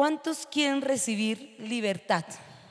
¿Cuántos quieren recibir libertad?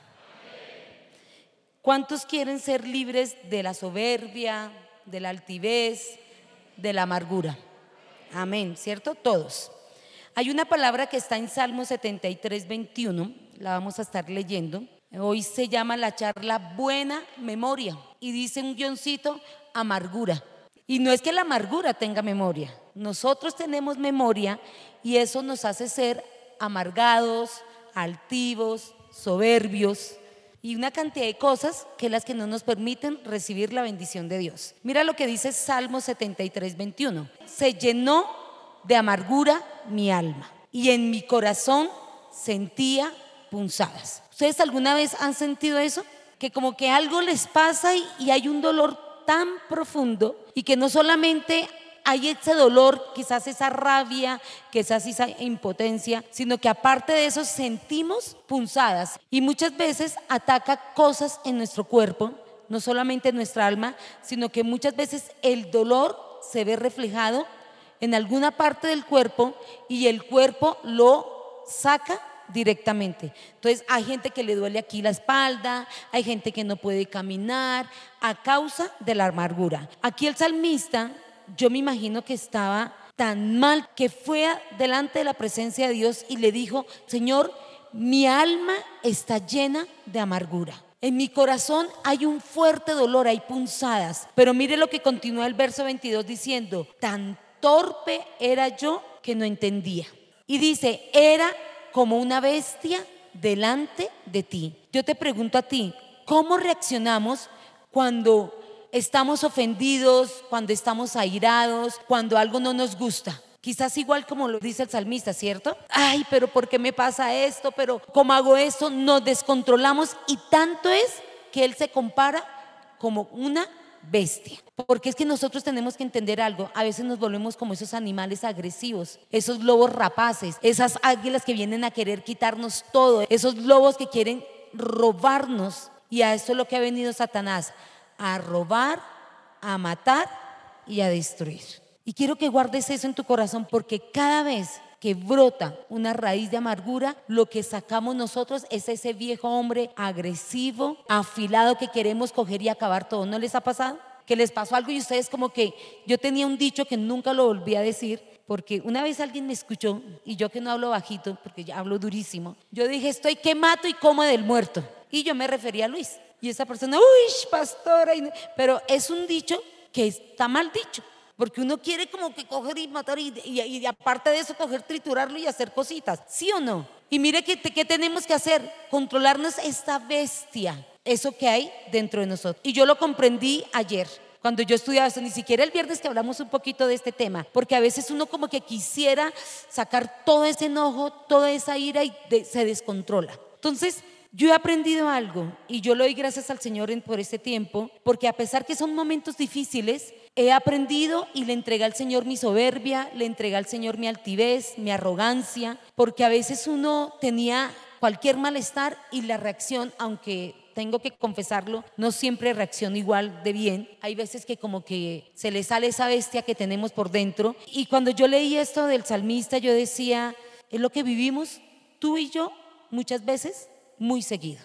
¿Cuántos quieren ser libres de la soberbia, de la altivez, de la amargura? Amén, ¿cierto? Todos. Hay una palabra que está en Salmo 73, 21, la vamos a estar leyendo. Hoy se llama la charla Buena Memoria y dice un guioncito, amargura. Y no es que la amargura tenga memoria, nosotros tenemos memoria y eso nos hace ser amargados, altivos, soberbios y una cantidad de cosas que las que no nos permiten recibir la bendición de Dios. Mira lo que dice Salmo 73, 21. Se llenó de amargura mi alma y en mi corazón sentía punzadas. ¿Ustedes alguna vez han sentido eso? Que como que algo les pasa y hay un dolor tan profundo y que no solamente hay ese dolor, quizás esa rabia, quizás esa impotencia, sino que aparte de eso sentimos punzadas y muchas veces ataca cosas en nuestro cuerpo, no solamente en nuestra alma, sino que muchas veces el dolor se ve reflejado en alguna parte del cuerpo y el cuerpo lo saca directamente. Entonces hay gente que le duele aquí la espalda, hay gente que no puede caminar a causa de la amargura. Aquí el salmista, yo me imagino que estaba tan mal que fue delante de la presencia de Dios y le dijo: Señor, mi alma está llena de amargura. En mi corazón hay un fuerte dolor, hay punzadas. Pero mire lo que continúa el verso 22 diciendo: tan torpe era yo que no entendía. Y dice: era como una bestia delante de ti. Yo te pregunto a ti, ¿cómo reaccionamos cuando estamos ofendidos, cuando estamos airados, cuando algo no nos gusta? Quizás igual como lo dice el salmista, ¿cierto? Ay, pero ¿por qué me pasa esto? Pero ¿cómo hago esto? Nos descontrolamos y tanto es que él se compara como una bestia. Porque es que nosotros tenemos que entender algo. A veces nos volvemos como esos animales agresivos, esos lobos rapaces, esas águilas que vienen a querer quitarnos todo, esos lobos que quieren robarnos. Y a eso es lo que ha venido Satanás, a robar, a matar y a destruir. Y quiero que guardes eso en tu corazón, porque cada vez que brota una raíz de amargura, lo que sacamos nosotros es ese viejo hombre agresivo, afilado, que queremos coger y acabar todo. ¿No les ha pasado? Que les pasó algo y ustedes como que... Yo tenía un dicho que nunca lo volví a decir, porque una vez alguien me escuchó y yo, que no hablo bajito porque ya hablo durísimo, yo dije: estoy que mato y como del muerto. Y yo me refería a Luis. Y esa persona: uy, pastora. Pero es un dicho que está mal dicho, porque uno quiere como que coger y matar y aparte de eso coger, triturarlo y hacer cositas, ¿sí o no? Y mire que tenemos que hacer, controlarnos esta bestia, eso que hay dentro de nosotros. Y yo lo comprendí ayer cuando yo estudiaba eso, ni siquiera el viernes que hablamos un poquito de este tema, porque a veces uno como que quisiera sacar todo ese enojo, toda esa ira y se descontrola. Entonces yo he aprendido algo y yo le doy gracias al Señor por este tiempo, porque a pesar que son momentos difíciles, he aprendido y le entregué al Señor mi soberbia, le entregué al Señor mi altivez, mi arrogancia, porque a veces uno tenía cualquier malestar y la reacción, aunque tengo que confesarlo, no siempre reacciona igual de bien. Hay veces que como que se le sale esa bestia que tenemos por dentro. Y cuando yo leí esto del salmista, yo decía: es lo que vivimos tú y yo muchas veces, muy seguido.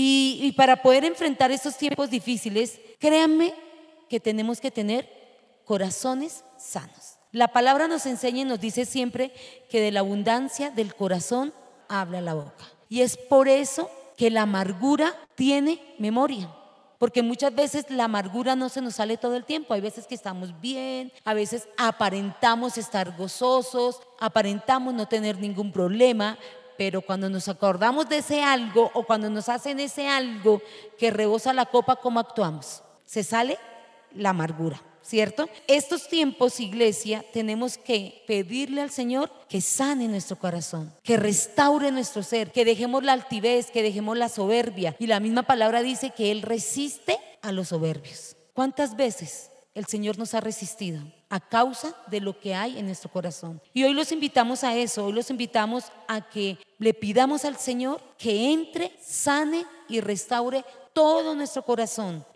Y para poder enfrentar estos tiempos difíciles, créanme que tenemos que tener corazones sanos. La palabra nos enseña y nos dice siempre que de la abundancia del corazón habla la boca. Y es por eso que la amargura tiene memoria, porque muchas veces la amargura no se nos sale todo el tiempo. Hay veces que estamos bien, a veces aparentamos estar gozosos, aparentamos no tener ningún problema, pero cuando nos acordamos de ese algo o cuando nos hacen ese algo que rebosa la copa, ¿cómo actuamos? Se sale la amargura, ¿cierto? Estos tiempos, iglesia, tenemos que pedirle al Señor que sane nuestro corazón, que restaure nuestro ser, que dejemos la altivez, que dejemos la soberbia. Y la misma palabra dice que Él resiste a los soberbios. ¿Cuántas veces el Señor nos ha resistido a causa de lo que hay en nuestro corazón? Y hoy los invitamos a eso, hoy los invitamos a que le pidamos al Señor que entre, sane y restaure todo nuestro corazón,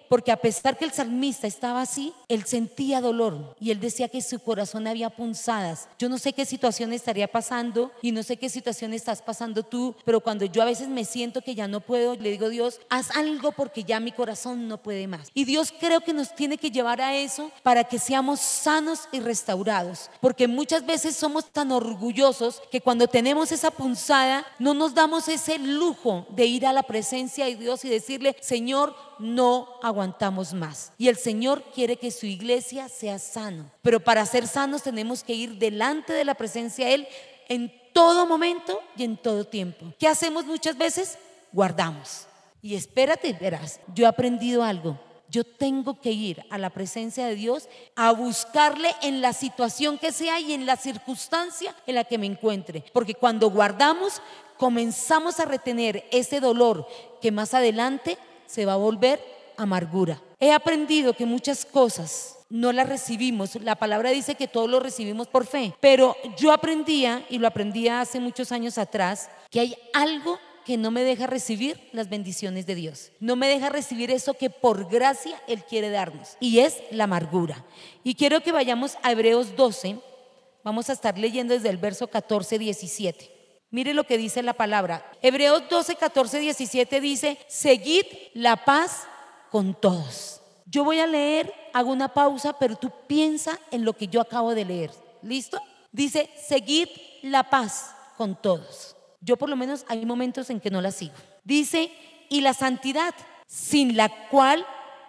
Porque a pesar que el salmista estaba así, él sentía dolor y él decía que su corazón había punzadas. Yo no sé qué situación estaría pasando y no sé qué situación estás pasando tú, pero cuando yo a veces me siento que ya no puedo, le digo: Dios, haz algo porque ya mi corazón no puede más. Y Dios creo que nos tiene que llevar a eso para que seamos sanos y restaurados, porque muchas veces somos tan orgullosos que cuando tenemos esa punzada no nos damos ese lujo de ir a la presencia de Dios y decirle: Señor, no aguantamos más. Y el Señor quiere que su iglesia sea sano, pero para ser sanos tenemos que ir delante de la presencia de Él en todo momento y en todo tiempo. ¿Qué hacemos muchas veces? Guardamos. Y espérate, verás, yo he aprendido algo. Yo tengo que ir a la presencia de Dios a buscarle en la situación que sea y en la circunstancia en la que me encuentre, porque cuando guardamos comenzamos a retener ese dolor que más adelante se va a volver amargura. He aprendido que muchas cosas no las recibimos. La palabra dice que todo lo recibimos por fe, pero yo aprendía, y lo aprendía hace muchos años atrás, que hay algo que no me deja recibir las bendiciones de Dios. No me deja recibir eso que por gracia Él quiere darnos, y es la amargura. Y quiero que vayamos a Hebreos 12. Vamos a estar leyendo desde el verso 14-17. Mire lo que dice la palabra. Hebreos 12, 14, 17 dice: seguid la paz con todos. Yo voy a leer, hago una pausa, pero tú piensa en lo que yo acabo de leer. ¿Listo? Dice: seguid la paz con todos. Yo por lo menos hay momentos en que no la sigo. Dice: y la santidad, sin la cual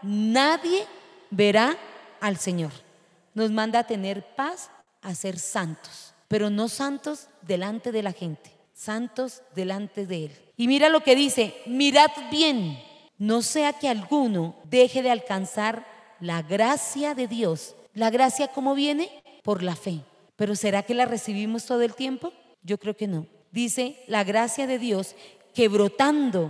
nadie verá al Señor. Nos manda a tener paz, a ser santos, pero no santos delante de la gente, santos delante de Él. Y mira lo que dice: mirad bien, no sea que alguno deje de alcanzar la gracia de Dios. ¿La gracia cómo viene? Por la fe. ¿Pero será que la recibimos todo el tiempo? Yo creo que no. Dice: la gracia de Dios, que brotando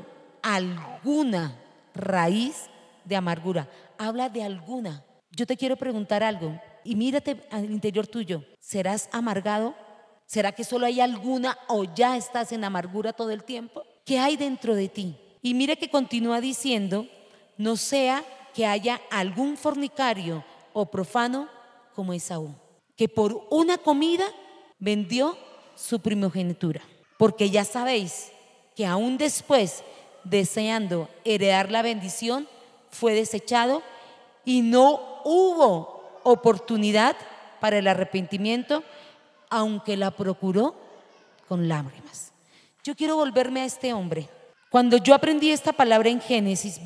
alguna raíz de amargura. Habla de alguna. Yo te quiero preguntar algo, y mírate al interior tuyo. ¿Serás amargado? ¿Será que solo hay alguna, o ya estás en amargura todo el tiempo? ¿Qué hay dentro de ti? Y mire que continúa diciendo: no sea que haya algún fornicario o profano como Esaú, que por una comida vendió su primogenitura. Porque ya sabéis que aún después, deseando heredar la bendición, fue desechado, y no hubo oportunidad para el arrepentimiento, aunque la procuró con lágrimas. Yo quiero volverme a este hombre. Cuando yo aprendí esta palabra en Génesis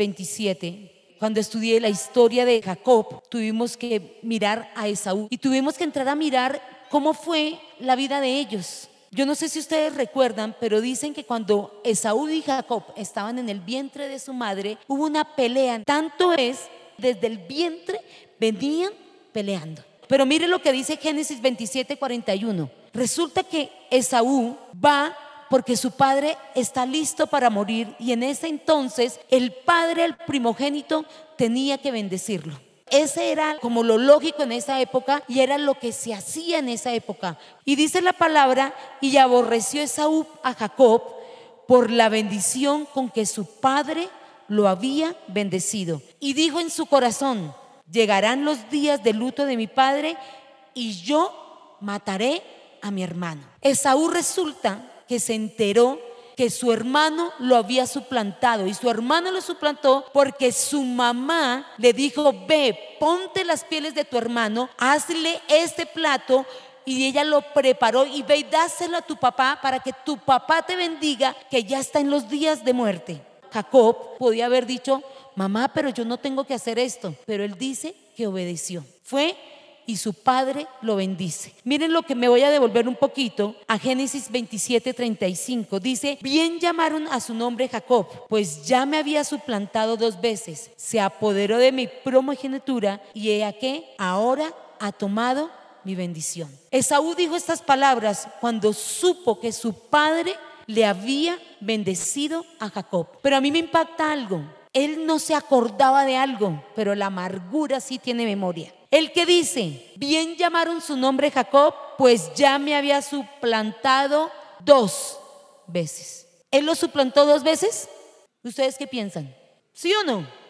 27, cuando estudié la historia de Jacob, tuvimos que mirar a Esaú y tuvimos que entrar a mirar cómo fue la vida de ellos. Yo no sé si ustedes recuerdan, pero dicen que cuando Esaú y Jacob estaban en el vientre de su madre, hubo una pelea. Tanto es, desde el vientre venían peleando. Pero mire lo que dice Génesis 27, 41. Resulta que Esaú va porque su padre está listo para morir, y en ese entonces el padre, el primogénito, tenía que bendecirlo. Ese era como lo lógico en esa época, y era lo que se hacía en esa época. Y dice la palabra: y aborreció Esaú a Jacob por la bendición con que su padre lo había bendecido, y dijo en su corazón: llegarán los días de luto de mi padre, y yo mataré a mi hermano. Esaú resulta que se enteró que su hermano lo había suplantado, y su hermano lo suplantó porque su mamá le dijo: ve, ponte las pieles de tu hermano, hazle este plato, y ella lo preparó, y ve y dáselo a tu papá para que tu papá te bendiga, que ya está en los días de muerte. Jacob podía haber dicho: mamá, pero yo no tengo que hacer esto, pero él dice que obedeció. Fue y su padre lo bendice. Miren lo que me voy a devolver un poquito a Génesis 27, 35. Dice: bien llamaron a su nombre Jacob, pues ya me había suplantado 2 veces, se apoderó de mi primogenitura, y he aquí ahora ha tomado mi bendición. Esaú dijo estas palabras cuando supo que su padre le había bendecido a Jacob. Pero a mí me impacta algo. Él no se acordaba de algo, pero la amargura sí tiene memoria. El que dice: bien llamaron su nombre Jacob, pues ya me había suplantado 2 veces. ¿Él lo suplantó 2 veces? ¿Ustedes qué piensan? ¿Sí o no?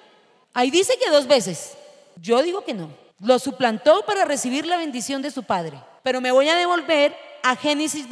Ahí dice que 2 veces. Yo digo que no. Lo suplantó para recibir la bendición de su padre. Pero me voy a devolver a Génesis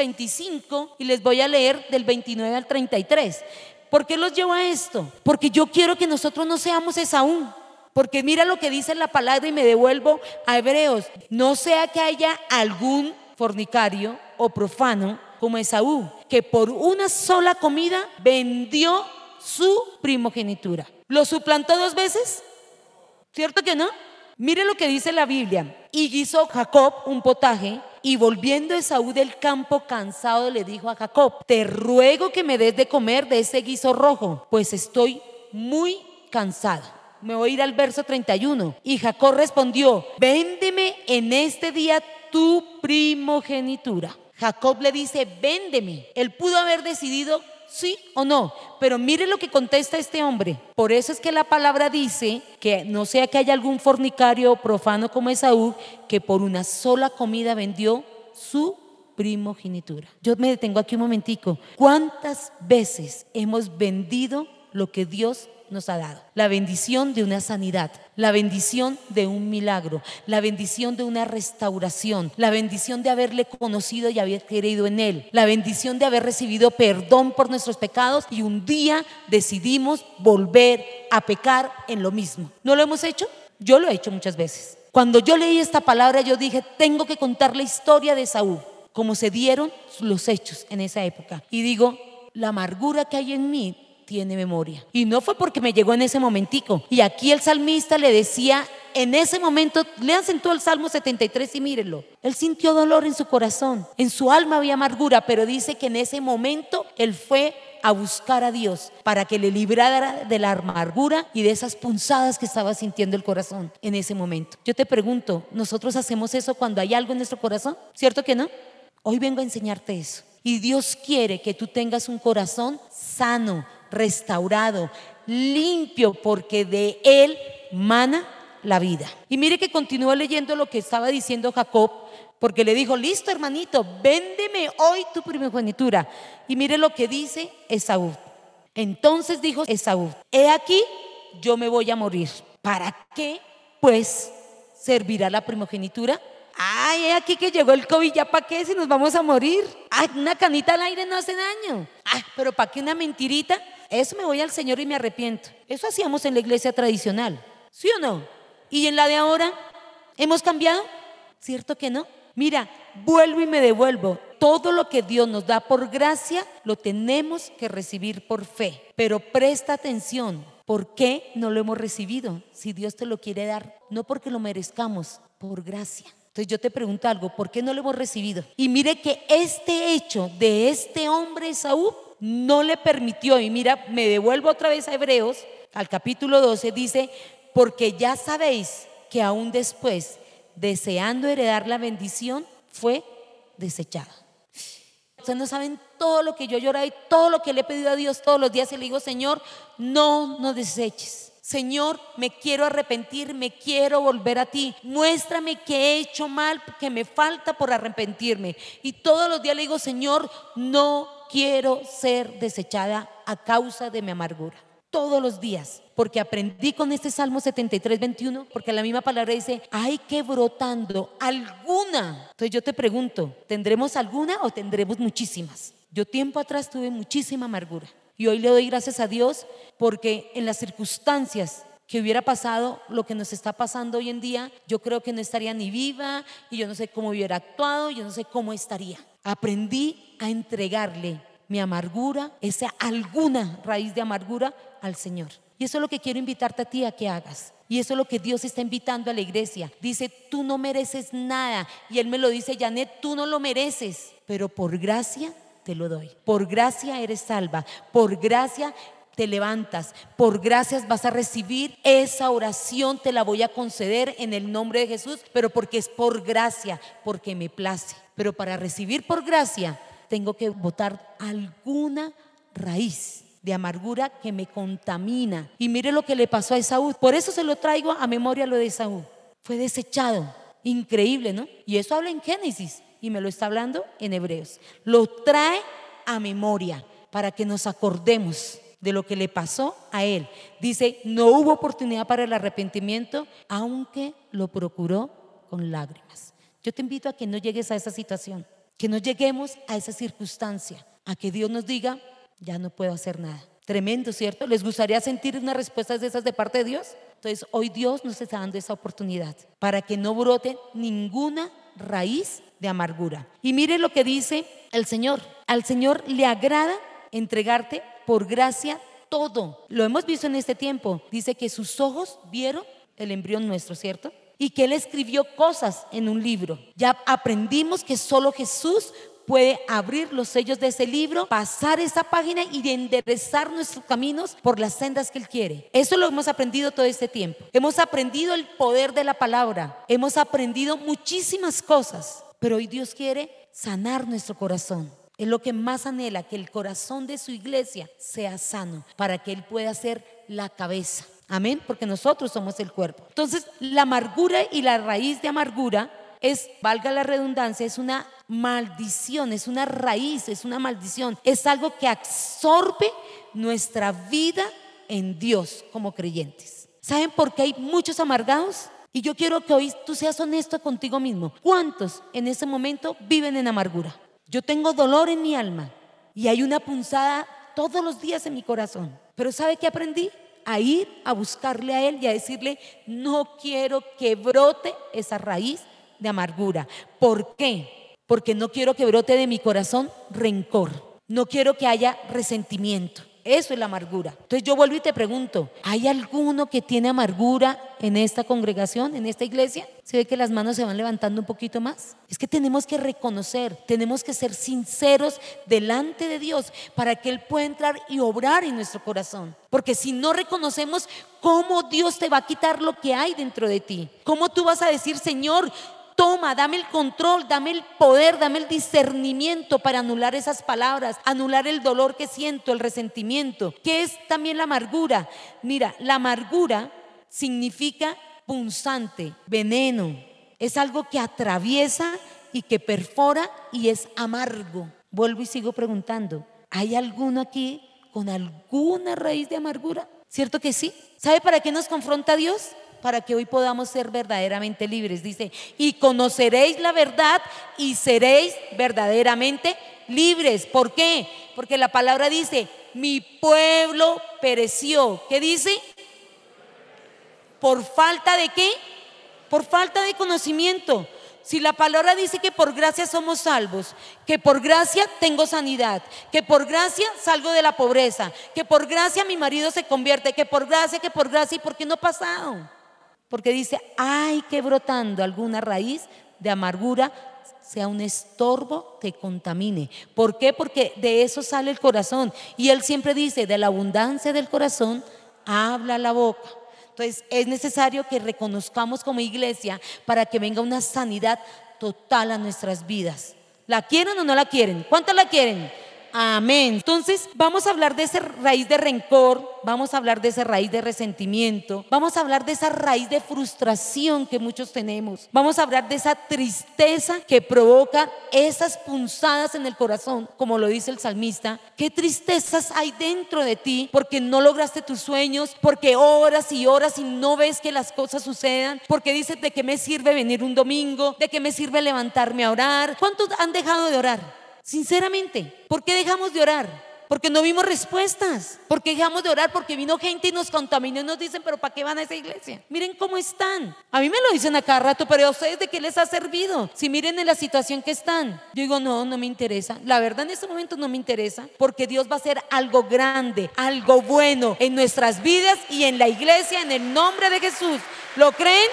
25 y les voy a leer del 29 al 33. ¿Por qué los llevo a esto? Porque yo quiero que nosotros no seamos Esaú. Porque mira lo que dice la palabra y me devuelvo a Hebreos. No sea que haya algún fornicario o profano como Esaú, que por una sola comida vendió su primogenitura. ¿Lo suplantó 2 veces? ¿Cierto que no? Mire lo que dice la Biblia. Y guisó Jacob un potaje, y volviendo Esaú del campo cansado le dijo a Jacob: te ruego que me des de comer de ese guiso rojo, pues estoy muy cansado. Me voy a ir al verso 31. Y Jacob respondió: véndeme en este día tu primogenitura. Jacob le dice: véndeme. Él pudo haber decidido sí o no, pero mire lo que contesta este hombre. Por eso es que la palabra dice que no sea que haya algún fornicario o profano como Esaú, que por una sola comida vendió su primogenitura. Yo me detengo aquí un momentico. ¿Cuántas veces hemos vendido lo que Dios nos ha dado? La bendición de una sanidad, la bendición de un milagro, la bendición de una restauración, la bendición de haberle conocido y haber creído en Él, la bendición de haber recibido perdón por nuestros pecados, y un día decidimos volver a pecar en lo mismo. ¿No lo hemos hecho? Yo lo he hecho muchas veces. Cuando yo leí esta palabra, yo dije: tengo que contar la historia de Saúl, cómo se dieron los hechos en esa época. Y digo: la amargura que hay en mí tiene memoria, y no fue porque me llegó en ese momentico. Y aquí el salmista le decía en ese momento, léanse todo el Salmo 73 y mírenlo. Él sintió dolor en su corazón, en su alma había amargura, pero dice que en ese momento él fue a buscar a Dios para que le librara de la amargura y de esas punzadas que estaba sintiendo el corazón en ese momento. Yo te pregunto, ¿nosotros hacemos eso cuando hay algo en nuestro corazón? ¿Cierto que no? Hoy vengo a enseñarte eso. Y Dios quiere que tú tengas un corazón sano, restaurado, limpio, porque de Él mana la vida. Y mire que continúa leyendo lo que estaba diciendo Jacob, porque le dijo: listo, hermanito, véndeme hoy tu primogenitura. Y mire lo que dice Esaú. Entonces dijo Esaú: he aquí, yo me voy a morir. ¿Para qué pues servirá la primogenitura? Ay, he aquí que llegó el COVID, ¿ya para qué si nos vamos a morir? Ay, una canita al aire no hace daño. Ay, pero ¿para qué una mentirita? Eso me voy al Señor y me arrepiento. Eso hacíamos en la iglesia tradicional, ¿sí o no? ¿Y en la de ahora? ¿Hemos cambiado? ¿Cierto que no? Mira, vuelvo y me devuelvo. Todo lo que Dios nos da por gracia lo tenemos que recibir por fe. Pero presta atención, ¿por qué no lo hemos recibido? Si Dios te lo quiere dar, no porque lo merezcamos, por gracia. Entonces yo te pregunto algo: ¿por qué no lo hemos recibido? Y mire que este hecho de este hombre Esaú no le permitió. Y mira, me devuelvo otra vez a Hebreos, al capítulo 12, dice: porque ya sabéis que aún después, deseando heredar la bendición, fue desechado. Ustedes no saben todo lo que yo he llorado y todo lo que le he pedido a Dios todos los días, y le digo: Señor, no nos deseches. Señor, me quiero arrepentir, me quiero volver a ti. Muéstrame qué he hecho mal, que me falta por arrepentirme. Y todos los días le digo: Señor, no quiero ser desechada a causa de mi amargura. Todos los días, porque aprendí con este Salmo 73, 21, porque la misma palabra dice: hay que brotando alguna. Entonces yo te pregunto, ¿tendremos alguna o tendremos muchísimas? Yo tiempo atrás tuve muchísima amargura, y hoy le doy gracias a Dios, porque en las circunstancias que hubiera pasado lo que nos está pasando hoy en día, yo creo que no estaría ni viva, y yo no sé cómo hubiera actuado, yo no sé cómo estaría. Aprendí a entregarle mi amargura, esa alguna raíz de amargura, al Señor. Y eso es lo que quiero invitarte a ti a que hagas. Y eso es lo que Dios está invitando a la iglesia. Dice: tú no mereces nada. Y Él me lo dice: Janet, tú no lo mereces, pero por gracia te lo doy. Por gracia eres salva. Por gracia te levantas. Por gracias vas a recibir esa oración, te la voy a conceder en el nombre de Jesús, pero porque es por gracia, porque me place. Pero para recibir por gracia tengo que botar alguna raíz de amargura que me contamina. Y mire lo que le pasó a Esaú. Por eso se lo traigo a memoria, lo de Esaú. Fue desechado. Increíble, ¿no? Y eso habla en Génesis y me lo está hablando en Hebreos. Lo trae a memoria para que nos acordemos de lo que le pasó a él. Dice, no hubo oportunidad para el arrepentimiento, aunque lo procuró con lágrimas. Yo te invito a que no llegues a esa situación, que no lleguemos a esa circunstancia, a que Dios nos diga, ya no puedo hacer nada. Tremendo, ¿cierto? ¿Les gustaría sentir unas respuestas de esas de parte de Dios? Entonces hoy Dios nos está dando esa oportunidad para que no brote ninguna raíz de amargura. Y mire lo que dice el Señor. Al Señor le agrada entregarte por gracia todo. Lo hemos visto en este tiempo. Dice que sus ojos vieron el embrión nuestro, ¿cierto? Y que Él escribió cosas en un libro. Ya aprendimos que solo Jesús puede abrir los sellos de ese libro, pasar esa página y enderezar nuestros caminos por las sendas que Él quiere. Eso lo hemos aprendido todo este tiempo. Hemos aprendido el poder de la palabra. Hemos aprendido muchísimas cosas. Pero hoy Dios quiere sanar nuestro corazón. Es lo que más anhela, que el corazón de su iglesia sea sano para que Él pueda ser la cabeza. Amén, porque nosotros somos el cuerpo. Entonces, la amargura y la raíz de amargura es, valga la redundancia, es una maldición, es una raíz, es una maldición. Es algo que absorbe nuestra vida en Dios como creyentes. ¿Saben por qué hay muchos amargados? Y yo quiero que hoy tú seas honesto contigo mismo. ¿Cuántos en ese momento viven en amargura? Yo tengo dolor en mi alma y hay una punzada todos los días en mi corazón. Pero ¿sabe qué aprendí? A ir a buscarle a Él y a decirle, no quiero que brote esa raíz de amargura. ¿Por qué? Porque no quiero que brote de mi corazón rencor. No quiero que haya resentimiento. Eso es la amargura. Entonces yo vuelvo y te pregunto, ¿hay alguno que tiene amargura en esta congregación, en esta iglesia? ¿Se ve que las manos se van levantando un poquito más? Es que tenemos que reconocer, tenemos que ser sinceros delante de Dios para que Él pueda entrar y obrar en nuestro corazón. Porque si no reconocemos, ¿cómo Dios te va a quitar lo que hay dentro de ti? ¿Cómo tú vas a decir, Señor, toma, dame el control, dame el poder, dame el discernimiento para anular esas palabras, anular el dolor que siento, el resentimiento? ¿Qué es también la amargura? Mira, la amargura significa punzante, veneno. Es algo que atraviesa y que perfora y es amargo. Vuelvo y sigo preguntando, ¿hay alguno aquí con alguna raíz de amargura? ¿Cierto que sí? ¿Sabe para qué nos confronta Dios? Para que hoy podamos ser verdaderamente libres. Dice, y conoceréis la verdad y seréis verdaderamente libres. ¿Por qué? Porque la palabra dice, mi pueblo pereció. ¿Qué dice? ¿Por falta de qué? Por falta de conocimiento. Si la palabra dice que por gracia somos salvos, que por gracia tengo sanidad, que por gracia salgo de la pobreza, que por gracia mi marido se convierte, que por gracia, ¿y por qué no ha pasado? Porque dice, ay, que brotando alguna raíz de amargura sea un estorbo, te contamine. ¿Por qué? Porque de eso sale el corazón. Y Él siempre dice, de la abundancia del corazón habla la boca. Entonces es necesario que reconozcamos como iglesia para que venga una sanidad total a nuestras vidas. ¿La quieren o no la quieren? ¿Cuántas la quieren? Amén. Entonces vamos a hablar de esa raíz de rencor, vamos a hablar de esa raíz de resentimiento, vamos a hablar de esa raíz de frustración que muchos tenemos, vamos a hablar de esa tristeza que provoca esas punzadas en el corazón, como lo dice el salmista. ¿Qué tristezas hay dentro de ti porque no lograste tus sueños, porque oras y oras y no ves que las cosas sucedan, porque dices, ¿de qué me sirve venir un domingo? ¿De qué me sirve levantarme a orar? ¿Cuántos han dejado de orar? Sinceramente, ¿por qué dejamos de orar? Porque no vimos respuestas. ¿Por qué dejamos de orar? Porque vino gente y nos contaminó y nos dicen, ¿pero para qué van a esa iglesia? Miren cómo están. A mí me lo dicen a cada rato, pero ¿a ustedes de qué les ha servido? Si miren en la situación que están. Yo digo, no me interesa. La verdad en este momento no me interesa, porque Dios va a hacer algo grande, algo bueno en nuestras vidas y en la iglesia, en el nombre de Jesús. ¿Lo creen?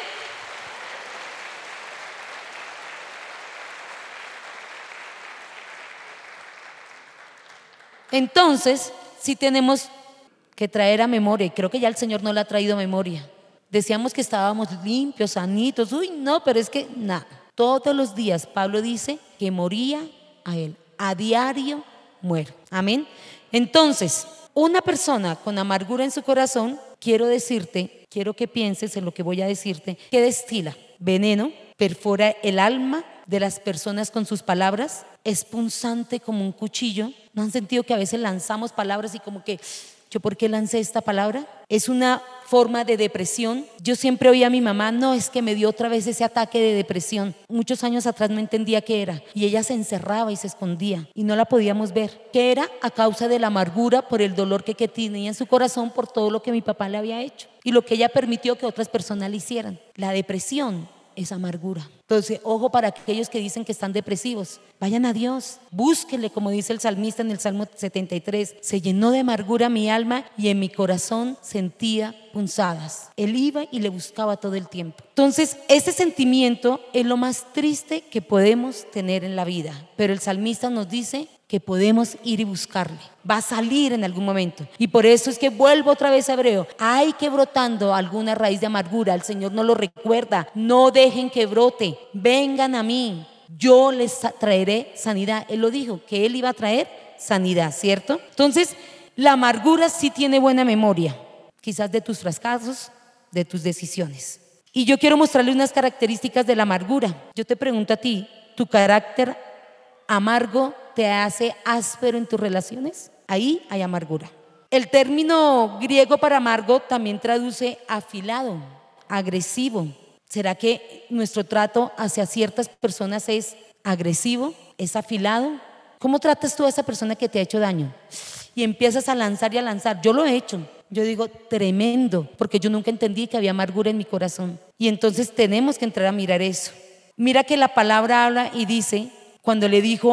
Entonces, sí tenemos que traer a memoria, y creo que ya el Señor no la ha traído a memoria. Decíamos que estábamos limpios, sanitos, no, pero es que nada. Todos los días Pablo dice que moría a él, a diario muere. Amén. Entonces, una persona con amargura en su corazón, quiero que pienses en lo que voy a decirte, que destila veneno, perfora el alma de las personas con sus palabras, es punzante como un cuchillo. ¿No han sentido que a veces lanzamos palabras y como que ¿Yo por qué lancé esta palabra? Es una forma de depresión. Yo siempre oía a mi mamá, no, es que me dio otra vez ese ataque de depresión. Muchos años atrás no entendía qué era y ella se encerraba y se escondía y no la podíamos ver. ¿Qué era? A causa de la amargura por el dolor que tenía en su corazón por todo lo que mi papá le había hecho y lo que ella permitió que otras personas le hicieran. La depresión es amargura. Entonces, ojo para aquellos que dicen que están depresivos. Vayan a Dios, búsquenle, como dice el salmista en el Salmo 73. Se llenó de amargura mi alma y en mi corazón sentía punzadas. Él iba y le buscaba todo el tiempo. Entonces, ese sentimiento es lo más triste que podemos tener en la vida. Pero el salmista nos dice que podemos ir y buscarle. Va a salir en algún momento. Y por eso es que vuelvo otra vez a Hebreo. Hay que brotando alguna raíz de amargura. El Señor nos lo recuerda. No dejen que brote. Vengan a mí. Yo les traeré sanidad. Él lo dijo, que Él iba a traer sanidad, ¿cierto? Entonces, la amargura sí tiene buena memoria. Quizás de tus fracasos, de tus decisiones. Y yo quiero mostrarle unas características de la amargura. Yo te pregunto a ti, ¿tu carácter amargo te hace áspero en tus relaciones? Ahí hay amargura. El término griego para amargo también traduce afilado, agresivo. ¿Será que nuestro trato hacia ciertas personas es agresivo, es afilado? ¿Cómo tratas tú a esa persona que te ha hecho daño? Y empiezas a lanzar y a lanzar. Yo lo he hecho. Yo digo, tremendo, porque yo nunca entendí que había amargura en mi corazón. Y entonces tenemos que entrar a mirar eso. Mira que la palabra habla y dice, cuando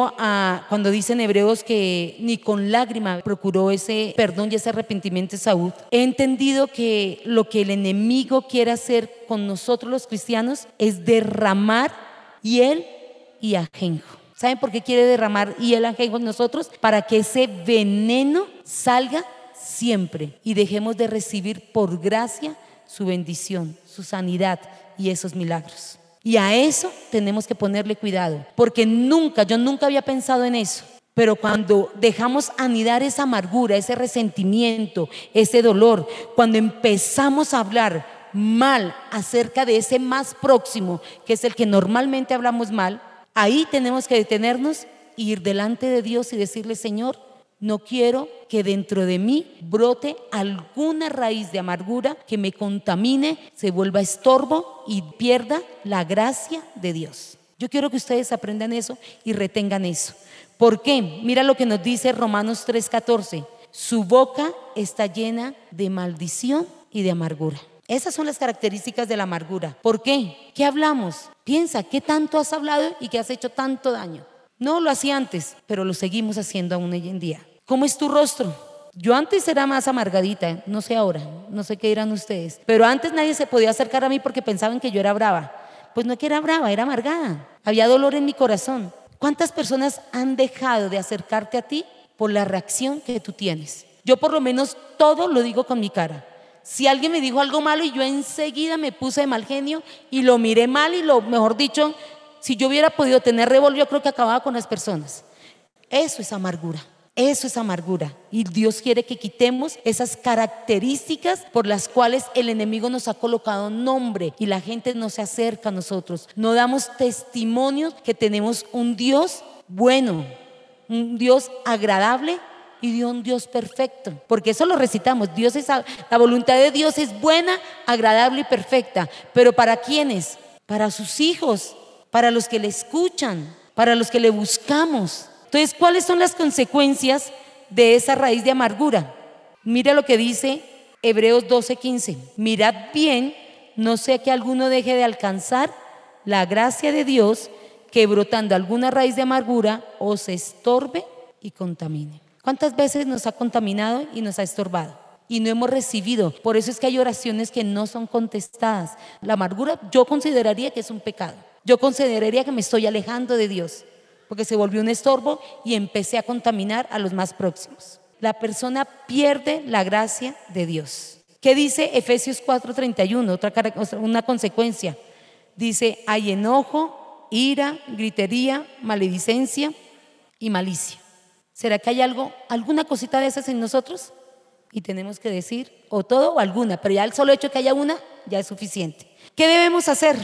dice en Hebreos que ni con lágrima procuró ese perdón y ese arrepentimiento de Saúl, he entendido que lo que el enemigo quiere hacer con nosotros los cristianos es derramar hiel y ajenjo. ¿Saben por qué quiere derramar hiel y ajenjo en nosotros? Para que ese veneno salga siempre y dejemos de recibir por gracia su bendición, su sanidad y esos milagros. Y a eso tenemos que ponerle cuidado, porque yo nunca había pensado en eso. Pero cuando dejamos anidar esa amargura, ese resentimiento, ese dolor, cuando empezamos a hablar mal acerca de ese más próximo, que es el que normalmente hablamos mal, ahí tenemos que detenernos e ir delante de Dios y decirle, Señor, no quiero que dentro de mí brote alguna raíz de amargura que me contamine, se vuelva estorbo y pierda la gracia de Dios. Yo quiero que ustedes aprendan eso y retengan eso. ¿Por qué? Mira lo que nos dice Romanos 3:14. Su boca está llena de maldición y de amargura. Esas son las características de la amargura. ¿Por qué? ¿Qué hablamos? Piensa, ¿qué tanto has hablado y qué has hecho tanto daño? No lo hacía antes, pero lo seguimos haciendo aún hoy en día. ¿Cómo es tu rostro? Yo antes era más amargadita, no sé ahora, no sé qué dirán ustedes, pero antes nadie se podía acercar a mí porque pensaban que yo era brava. Pues no que era brava, era amargada. Había dolor en mi corazón. ¿Cuántas personas han dejado de acercarte a ti por la reacción que tú tienes? Yo por lo menos todo lo digo con mi cara. Si alguien me dijo algo malo y yo enseguida me puse de mal genio y lo miré mal y mejor dicho, si yo hubiera podido tener revólver, yo creo que acababa con las personas. Eso es amargura. Eso es amargura y Dios quiere que quitemos esas características por las cuales el enemigo nos ha colocado nombre y la gente no se acerca a nosotros. No damos testimonios que tenemos un Dios bueno, un Dios agradable y un Dios perfecto, porque eso lo recitamos. La voluntad de Dios es buena, agradable y perfecta. Pero ¿para quiénes? Para sus hijos, para los que le escuchan, para los que le buscamos. Entonces, ¿cuáles son las consecuencias de esa raíz de amargura? Mira lo que dice Hebreos 12:15. Mirad bien, no sea que alguno deje de alcanzar la gracia de Dios, que brotando alguna raíz de amargura os estorbe y contamine. ¿Cuántas veces nos ha contaminado y nos ha estorbado? Y no hemos recibido. Por eso es que hay oraciones que no son contestadas. La amargura yo consideraría que es un pecado. Yo consideraría que me estoy alejando de Dios, porque se volvió un estorbo y empecé a contaminar a los más próximos. La persona pierde la gracia de Dios. ¿Qué dice Efesios 4:31? Una consecuencia. Dice, hay enojo, ira, gritería, maledicencia y malicia. ¿Será que hay alguna cosita de esas en nosotros? Y tenemos que decir o todo o alguna, pero ya el solo hecho de que haya una ya es suficiente. ¿Qué debemos hacer?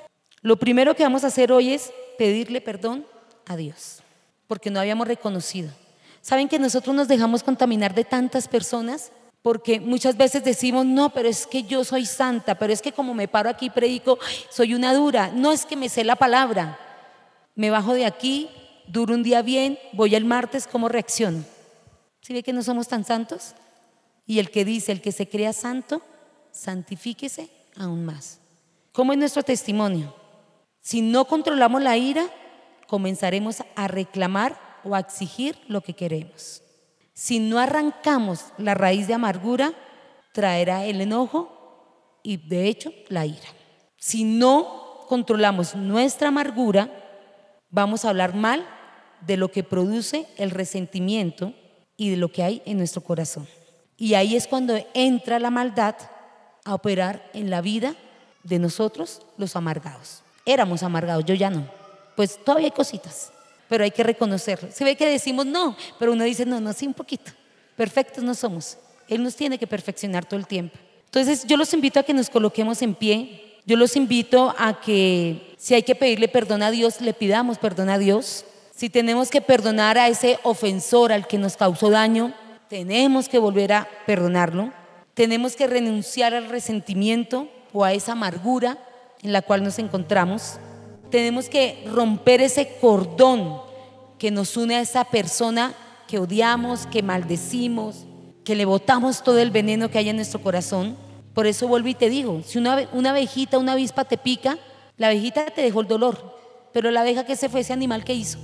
Lo primero que vamos a hacer hoy es pedirle perdón a Dios, porque no habíamos reconocido. ¿Saben que nosotros nos dejamos contaminar de tantas personas? Porque muchas veces decimos, no, pero es que yo soy santa, pero es que como me paro aquí y predico, soy una dura. No, es que me sé la palabra. Me bajo de aquí, duro un día bien, voy el martes, ¿cómo reacciono? ¿Sí ve que no somos tan santos? Y el que dice, el que se crea santo, santifíquese aún más. ¿Cómo es nuestro testimonio? Si no controlamos la ira, comenzaremos a reclamar o a exigir lo que queremos. Si no arrancamos la raíz de amargura, traerá el enojo y de hecho la ira. Si no controlamos nuestra amargura, vamos a hablar mal de lo que produce el resentimiento y de lo que hay en nuestro corazón. Y ahí es cuando entra la maldad a operar en la vida de nosotros los amargados. Éramos amargados, yo ya no. Pues todavía hay cositas, pero hay que reconocerlo. Se ve que decimos no, pero uno dice no, sí, un poquito. Perfectos no somos. Él nos tiene que perfeccionar todo el tiempo. Entonces yo los invito a que nos coloquemos en pie. Yo los invito a que si hay que pedirle perdón a Dios, le pidamos perdón a Dios. Si tenemos que perdonar a ese ofensor, al que nos causó daño, tenemos que volver a perdonarlo. Tenemos que renunciar al resentimiento o a esa amargura en la cual nos encontramos. Tenemos que romper ese cordón que nos une a esa persona que odiamos, que maldecimos, que le botamos todo el veneno que hay en nuestro corazón. Por eso vuelvo y te digo, si una abejita, una avispa te pica, la abejita te dejó el dolor, pero la abeja que se fue, ese animal que hizo.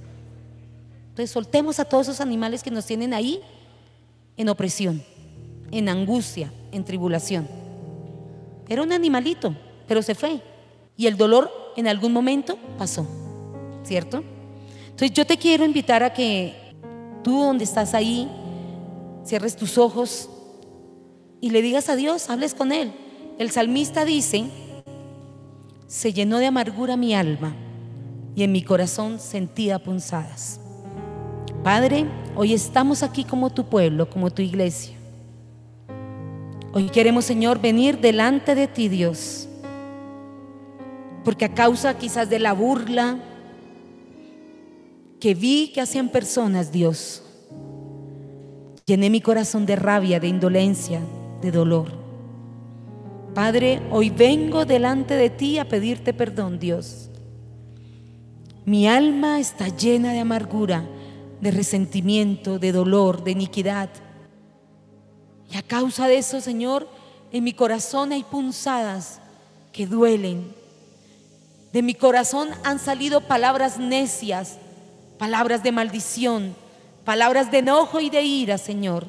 Entonces soltemos a todos esos animales que nos tienen ahí en opresión, en angustia, en tribulación. Era un animalito, pero se fue. Y el dolor en algún momento pasó, ¿cierto? Entonces yo te quiero invitar a que tú donde estás ahí, cierres tus ojos y le digas a Dios, hables con Él. El salmista dice, se llenó de amargura mi alma y en mi corazón sentía punzadas. Padre, hoy estamos aquí como tu pueblo, como tu iglesia. Hoy queremos, Señor, venir delante de ti, Dios, porque a causa quizás de la burla que vi que hacían personas, Dios, llené mi corazón de rabia, de indolencia, de dolor. Padre, hoy vengo delante de ti a pedirte perdón, Dios. Mi alma está llena de amargura, de resentimiento, de dolor, de iniquidad. Y a causa de eso, Señor, en mi corazón hay punzadas que duelen. De mi corazón han salido palabras necias, palabras de maldición, palabras de enojo y de ira, Señor.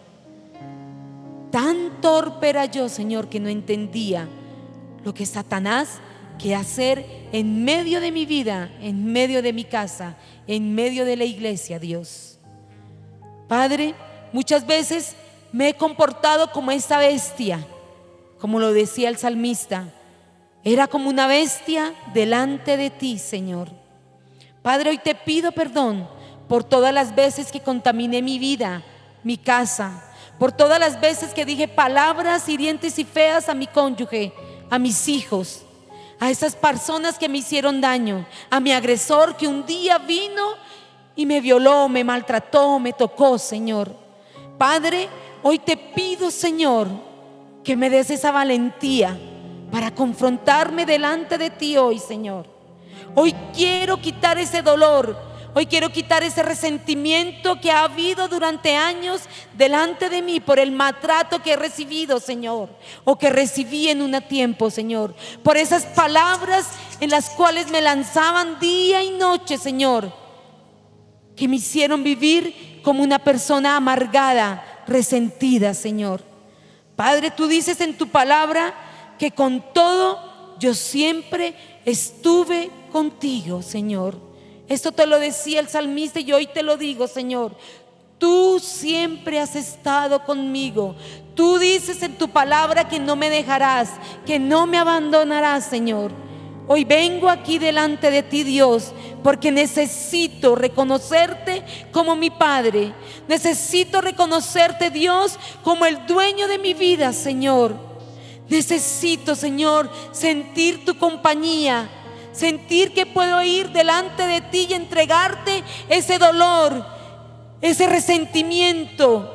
Tan torpe era yo, Señor, que no entendía lo que Satanás quiere hacer en medio de mi vida, en medio de mi casa, en medio de la iglesia, Dios. Padre, muchas veces me he comportado como esa bestia, como lo decía el salmista. Era como una bestia delante de ti, Señor. Padre, hoy te pido perdón por todas las veces que contaminé mi vida, mi casa, por todas las veces que dije palabras hirientes y feas a mi cónyuge, a mis hijos, a esas personas que me hicieron daño, a mi agresor que un día vino y me violó, me maltrató, me tocó, Señor. Padre, hoy te pido, Señor, que me des esa valentía para confrontarme delante de ti hoy, Señor. Hoy quiero quitar ese dolor. Hoy quiero quitar ese resentimiento que ha habido durante años delante de mí por el maltrato que he recibido, Señor, o que recibí en un tiempo, Señor, por esas palabras en las cuales me lanzaban día y noche, Señor, que me hicieron vivir como una persona amargada, resentida, Señor. Padre, tú dices en tu palabra que con todo yo siempre estuve contigo, Señor. Esto te lo decía el salmista y hoy te lo digo, Señor. Tú siempre has estado conmigo. Tú dices en tu palabra que no me dejarás, que no me abandonarás, Señor. Hoy vengo aquí delante de ti, Dios, porque necesito reconocerte como mi Padre. Necesito reconocerte, Dios, como el dueño de mi vida, Señor. Necesito, Señor, sentir tu compañía. Sentir que puedo ir delante de ti y entregarte ese dolor, ese resentimiento,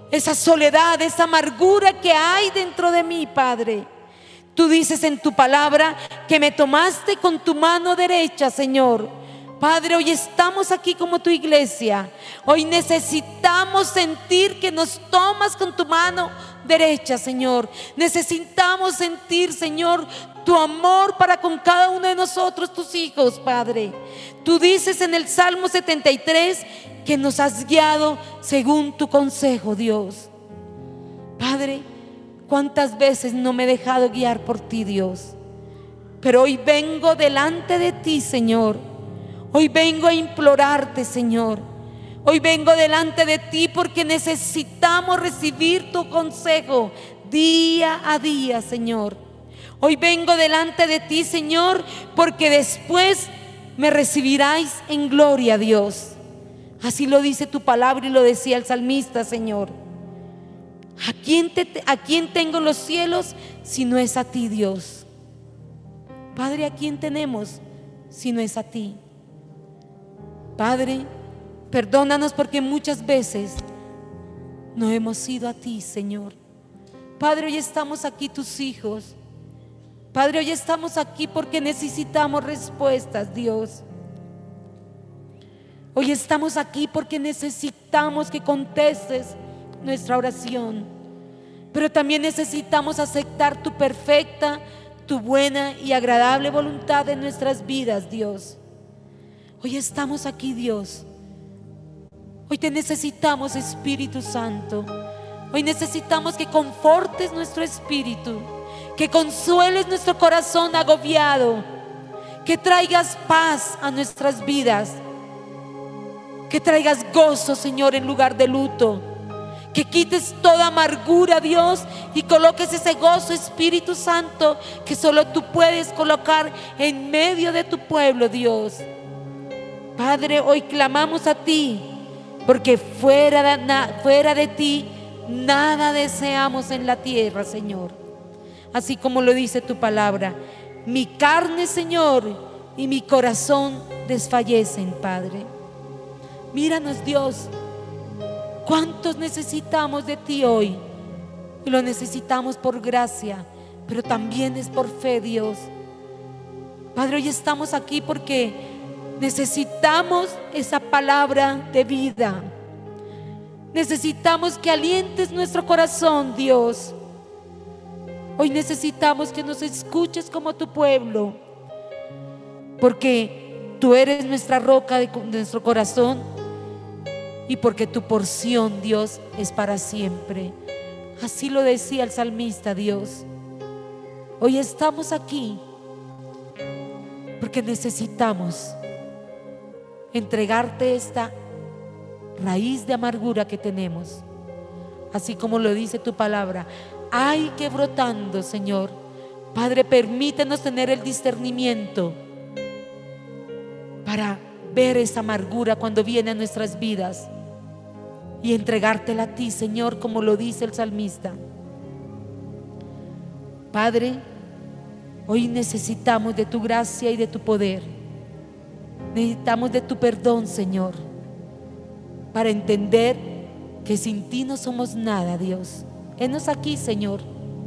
esa soledad, esa amargura que hay dentro de mí, Padre. Tú dices en tu palabra que me tomaste con tu mano derecha, Señor. Padre, hoy estamos aquí como tu iglesia. Hoy necesitamos sentir que nos tomas con tu mano derecha, Señor. Necesitamos sentir, Señor, tu amor para con cada uno de nosotros, tus hijos, Padre. Tú dices en el Salmo 73 que nos has guiado según tu consejo, Dios. Padre, ¿cuántas veces no me he dejado guiar por ti, Dios? Pero hoy vengo delante de ti, Señor. Hoy vengo a implorarte, Señor. Hoy vengo delante de ti porque necesitamos recibir tu consejo día a día, Señor. Hoy vengo delante de ti, Señor, porque después me recibiráis en gloria, Dios. Así lo dice tu palabra y lo decía el salmista, Señor. ¿A quién tengo en los cielos si no es a ti, Dios? Padre, ¿a quién tenemos si no es a ti? Padre, perdónanos porque muchas veces no hemos ido a ti, Señor. Padre, hoy estamos aquí tus hijos. Padre, hoy estamos aquí porque necesitamos respuestas, Dios. Hoy estamos aquí porque necesitamos que contestes nuestra oración. Pero también necesitamos aceptar tu perfecta, tu buena y agradable voluntad en nuestras vidas, Dios. Hoy estamos aquí, Dios. Hoy te necesitamos, Espíritu Santo. Hoy necesitamos que confortes nuestro espíritu, que consueles nuestro corazón agobiado, que traigas paz a nuestras vidas, que traigas gozo, Señor, en lugar de luto, que quites toda amargura, Dios, y coloques ese gozo, Espíritu Santo, que solo tú puedes colocar en medio de tu pueblo, Dios. Padre, hoy clamamos a ti, porque fuera de ti nada deseamos en la tierra, Señor. Así como lo dice tu palabra, mi carne, Señor, y mi corazón desfallecen, Padre. Míranos, Dios, cuántos necesitamos de ti hoy. Y lo necesitamos por gracia, pero también es por fe, Dios. Padre, hoy estamos aquí porque necesitamos esa palabra de vida. Necesitamos que alientes nuestro corazón, Dios. Hoy necesitamos que nos escuches como tu pueblo, porque tú eres nuestra roca de nuestro corazón y porque tu porción, Dios, es para siempre. Así lo decía el salmista, Dios. Hoy estamos aquí porque necesitamos entregarte esta raíz de amargura que tenemos, así como lo dice tu palabra. Ay, que brotando, Señor. Padre, permítenos tener el discernimiento para ver esa amargura cuando viene a nuestras vidas y entregártela a ti, Señor, como lo dice el salmista. Padre, hoy necesitamos de tu gracia y de tu poder. Necesitamos de tu perdón, Señor, para entender que sin ti no somos nada, Dios. Henos aquí, Señor.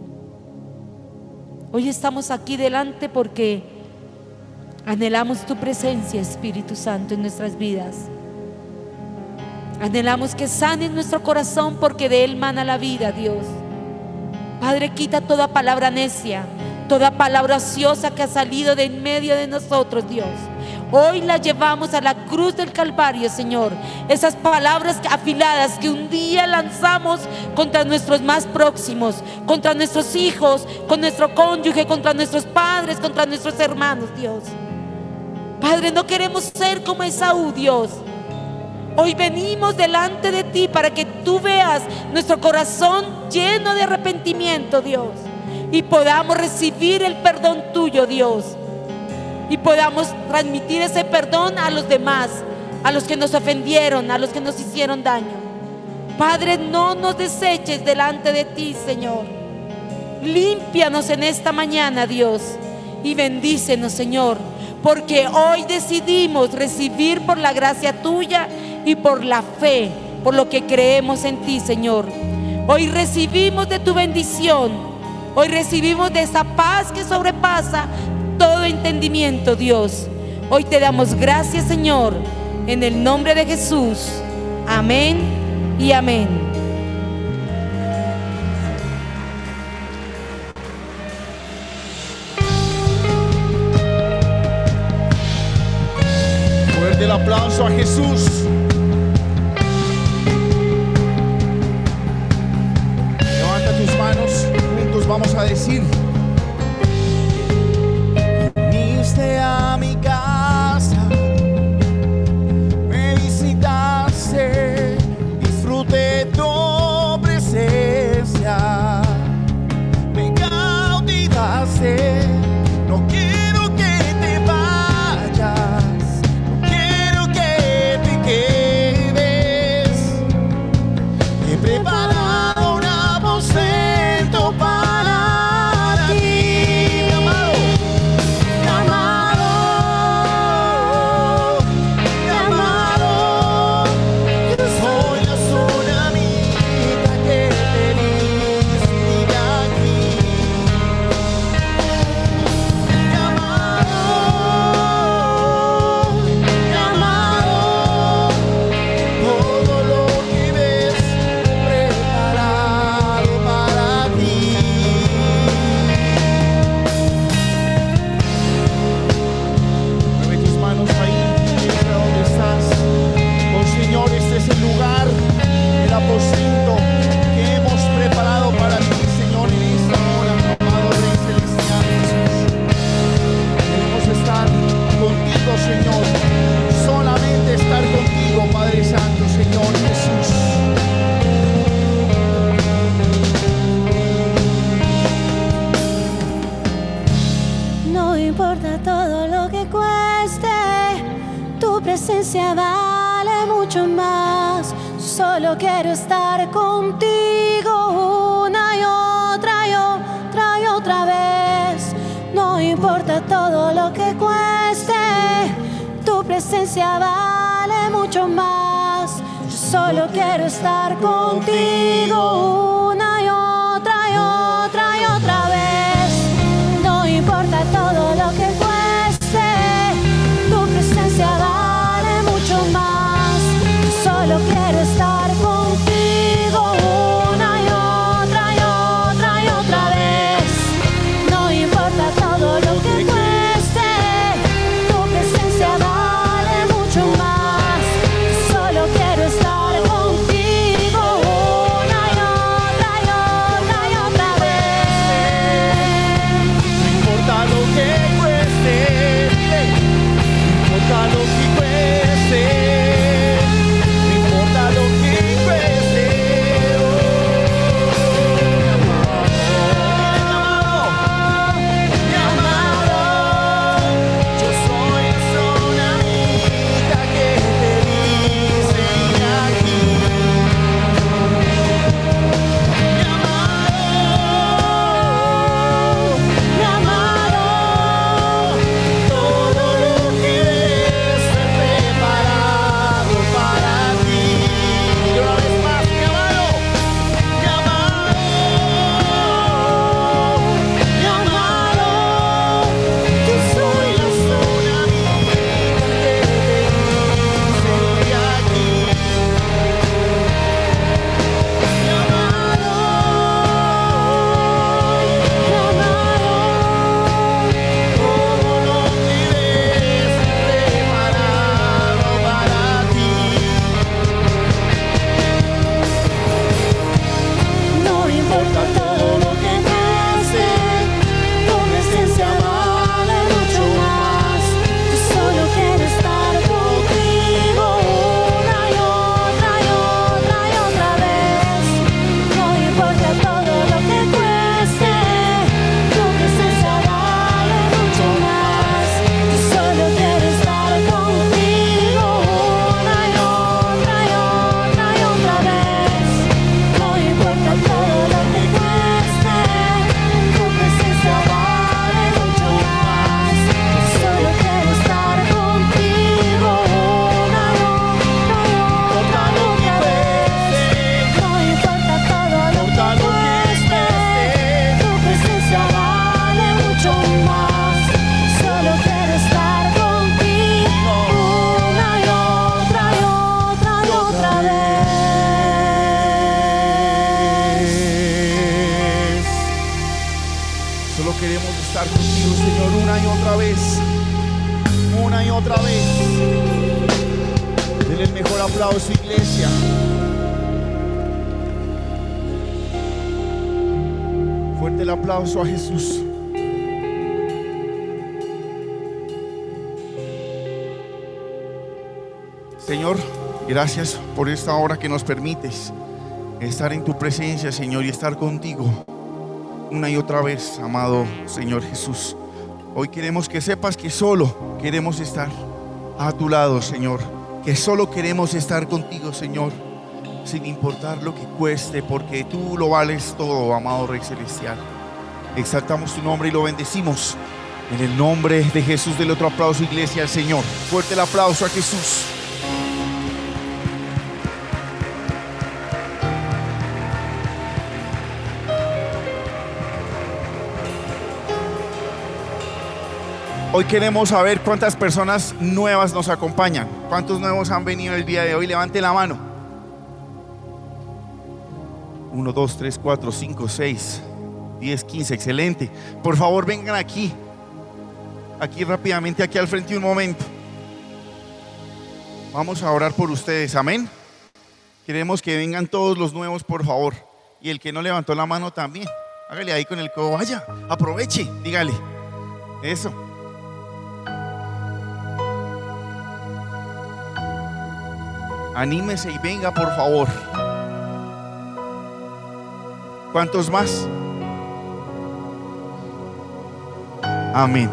Hoy estamos aquí delante porque anhelamos tu presencia, Espíritu Santo, en nuestras vidas. Anhelamos que sanes nuestro corazón porque de él mana la vida, Dios. Padre, quita toda palabra necia, toda palabra ociosa que ha salido de en medio de nosotros, Dios. Hoy la llevamos a la cruz del Calvario, Señor. Esas palabras afiladas que un día lanzamos contra nuestros más próximos, contra nuestros hijos, con nuestro cónyuge, contra nuestros padres, contra nuestros hermanos, Dios. Padre, no queremos ser como Esaú, Dios. Hoy venimos delante de ti para que tú veas nuestro corazón lleno de arrepentimiento, Dios, y podamos recibir el perdón tuyo, Dios. Y podamos transmitir ese perdón a los demás, a los que nos ofendieron, a los que nos hicieron daño. Padre, no nos deseches delante de ti, Señor. Límpianos en esta mañana, Dios, y bendícenos, Señor, porque hoy decidimos recibir por la gracia tuya y por la fe, por lo que creemos en ti, Señor. Hoy recibimos de tu bendición. Hoy recibimos de esa paz que sobrepasa todo entendimiento, Dios. Hoy te damos gracias, Señor, en el nombre de Jesús. Amén y amén. Fuerte el aplauso a Jesús. Levanta tus manos, juntos vamos a decir: viniste a mi casa, me visitaste, disfruté tu presencia, me cautivaste. No quiero que te vayas, no quiero que te quedes. He preparado un aposento para ti, mi amado, mi amado, mi amado. Yo soy la tsunamita que feliz vive aquí. Mi amado, todo lo que ves preparado para ti. Mueve tus manos ahí, piensa dónde estás. Oh Señor, este es el lugar, el aposento que hemos preparado para ti, Señor, en esta hora, amado Rey Celestial Jesús. Queremos estar contigo, Señor, solamente estar contigo, Padre Santo, Señor Jesús. No importa todo lo que cueste, tu presencia vale mucho más. Solo quiero estar contigo una y otra y otra y otra vez. No importa todo lo que cueste, tu presencia vale mucho más. Yo solo quiero estar contigo una y otra y otra y otra vez. No importa todo lo que cueste, tu presencia vale mucho más. Yo solo quiero estar contigo una y otra y otra y otra vez. No importa todo lo que cueste, tu presencia vale mucho más. Yo solo quiero estar contigo una y queremos estar contigo, Señor, una y otra vez. Una y otra vez. Denle el mejor aplauso, iglesia. Fuerte el aplauso a Jesús. Señor, gracias por esta hora que nos permites estar en tu presencia, Señor, y estar contigo una y otra vez, amado Señor Jesús. Hoy queremos que sepas que solo queremos estar a tu lado, Señor, que solo queremos estar contigo, Señor, sin importar lo que cueste, porque tú lo vales todo, amado Rey Celestial. Exaltamos tu nombre y lo bendecimos en el nombre de Jesús. Del otro aplauso, iglesia, al Señor. Fuerte el aplauso a Jesús. Hoy queremos saber cuántas personas nuevas nos acompañan. ¿Cuántos nuevos han venido el día de hoy? Levante la mano. 1, 2, 3, 4, 5, 6, 10, 15. Excelente. Por favor, vengan aquí. Aquí rápidamente, aquí al frente un momento. Vamos a orar por ustedes. Amén. Queremos que vengan todos los nuevos, por favor. Y el que no levantó la mano también. Hágale ahí con el codo. Vaya, aproveche. Dígale. Eso. Anímese y venga, por favor. ¿Cuántos más? Amén.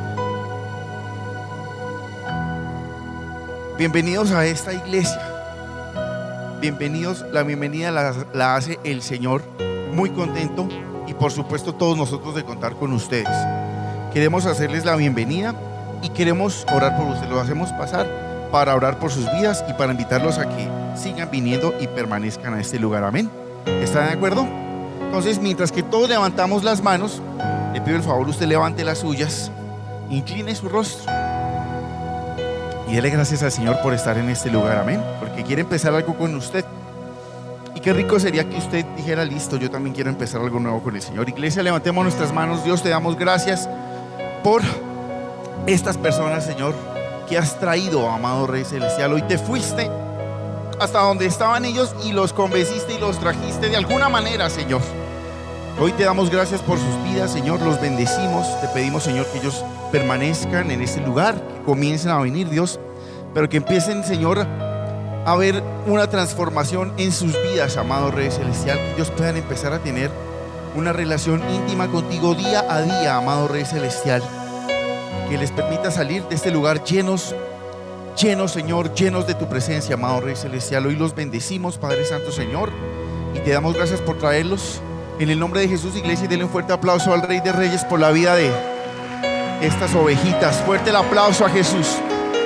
Bienvenidos a esta iglesia. Bienvenidos. La bienvenida la hace el Señor. Muy contento y por supuesto todos nosotros de contar con ustedes. Queremos hacerles la bienvenida y queremos orar por ustedes. Lo hacemos pasar para orar por sus vidas y para invitarlos a que sigan viniendo y permanezcan a este lugar. Amén. ¿Están de acuerdo? Entonces, mientras que todos levantamos las manos, le pido el favor, usted levante las suyas, incline su rostro y dele gracias al Señor por estar en este lugar. Amén. Porque quiere empezar algo con usted. Y qué rico sería que usted dijera: listo, yo también quiero empezar algo nuevo con el Señor. Iglesia, levantemos nuestras manos. Dios, te damos gracias por estas personas, Señor, que has traído, amado Rey Celestial. Hoy te fuiste hasta donde estaban ellos y los convenciste y los trajiste de alguna manera, Señor. Hoy te damos gracias por sus vidas, Señor. Los bendecimos. Te pedimos, Señor, que ellos permanezcan en este lugar, que comiencen a venir, Dios, pero que empiecen, Señor, a ver una transformación en sus vidas, amado Rey Celestial. Que ellos puedan empezar a tener una relación íntima contigo día a día, amado Rey Celestial. Que les permita salir de este lugar llenos, Señor, llenos de tu presencia, amado Rey Celestial. Hoy los bendecimos, Padre Santo, Señor, y te damos gracias por traerlos. En el nombre de Jesús, iglesia, y denle un fuerte aplauso al Rey de Reyes por la vida de estas ovejitas. Fuerte el aplauso a Jesús.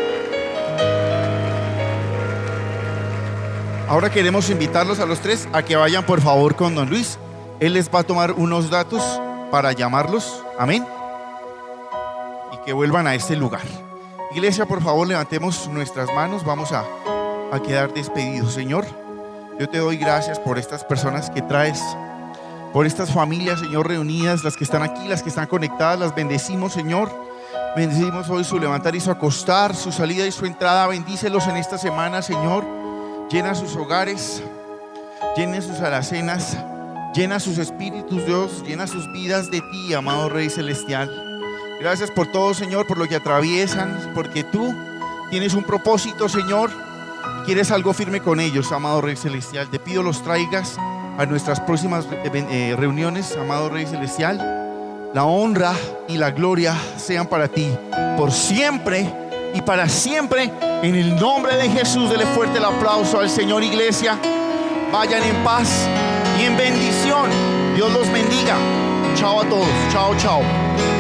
Ahora queremos invitarlos a los tres a que vayan, por favor, con don Luis. Él les va a tomar unos datos para llamarlos. Amén. Que vuelvan a este lugar. Iglesia, por favor, levantemos nuestras manos. Vamos a quedar despedidos. Señor, yo te doy gracias por estas personas que traes, por estas familias, Señor, reunidas, las que están aquí, las que están conectadas. Las bendecimos, Señor. Bendecimos hoy su levantar y su acostar, su salida y su entrada. Bendícelos en esta semana, Señor. Llena sus hogares, llena sus alacenas, llena sus espíritus, Dios. Llena sus vidas de ti, amado Rey Celestial. Gracias por todo, Señor, por lo que atraviesan, porque tú tienes un propósito, Señor, y quieres algo firme con ellos, amado Rey Celestial. Te pido los traigas a nuestras próximas reuniones, amado Rey Celestial. La honra y la gloria sean para ti, por siempre y para siempre, en el nombre de Jesús. Dele fuerte el aplauso al Señor, iglesia. Vayan en paz y en bendición. Dios los bendiga. Chao a todos. Chao, chao.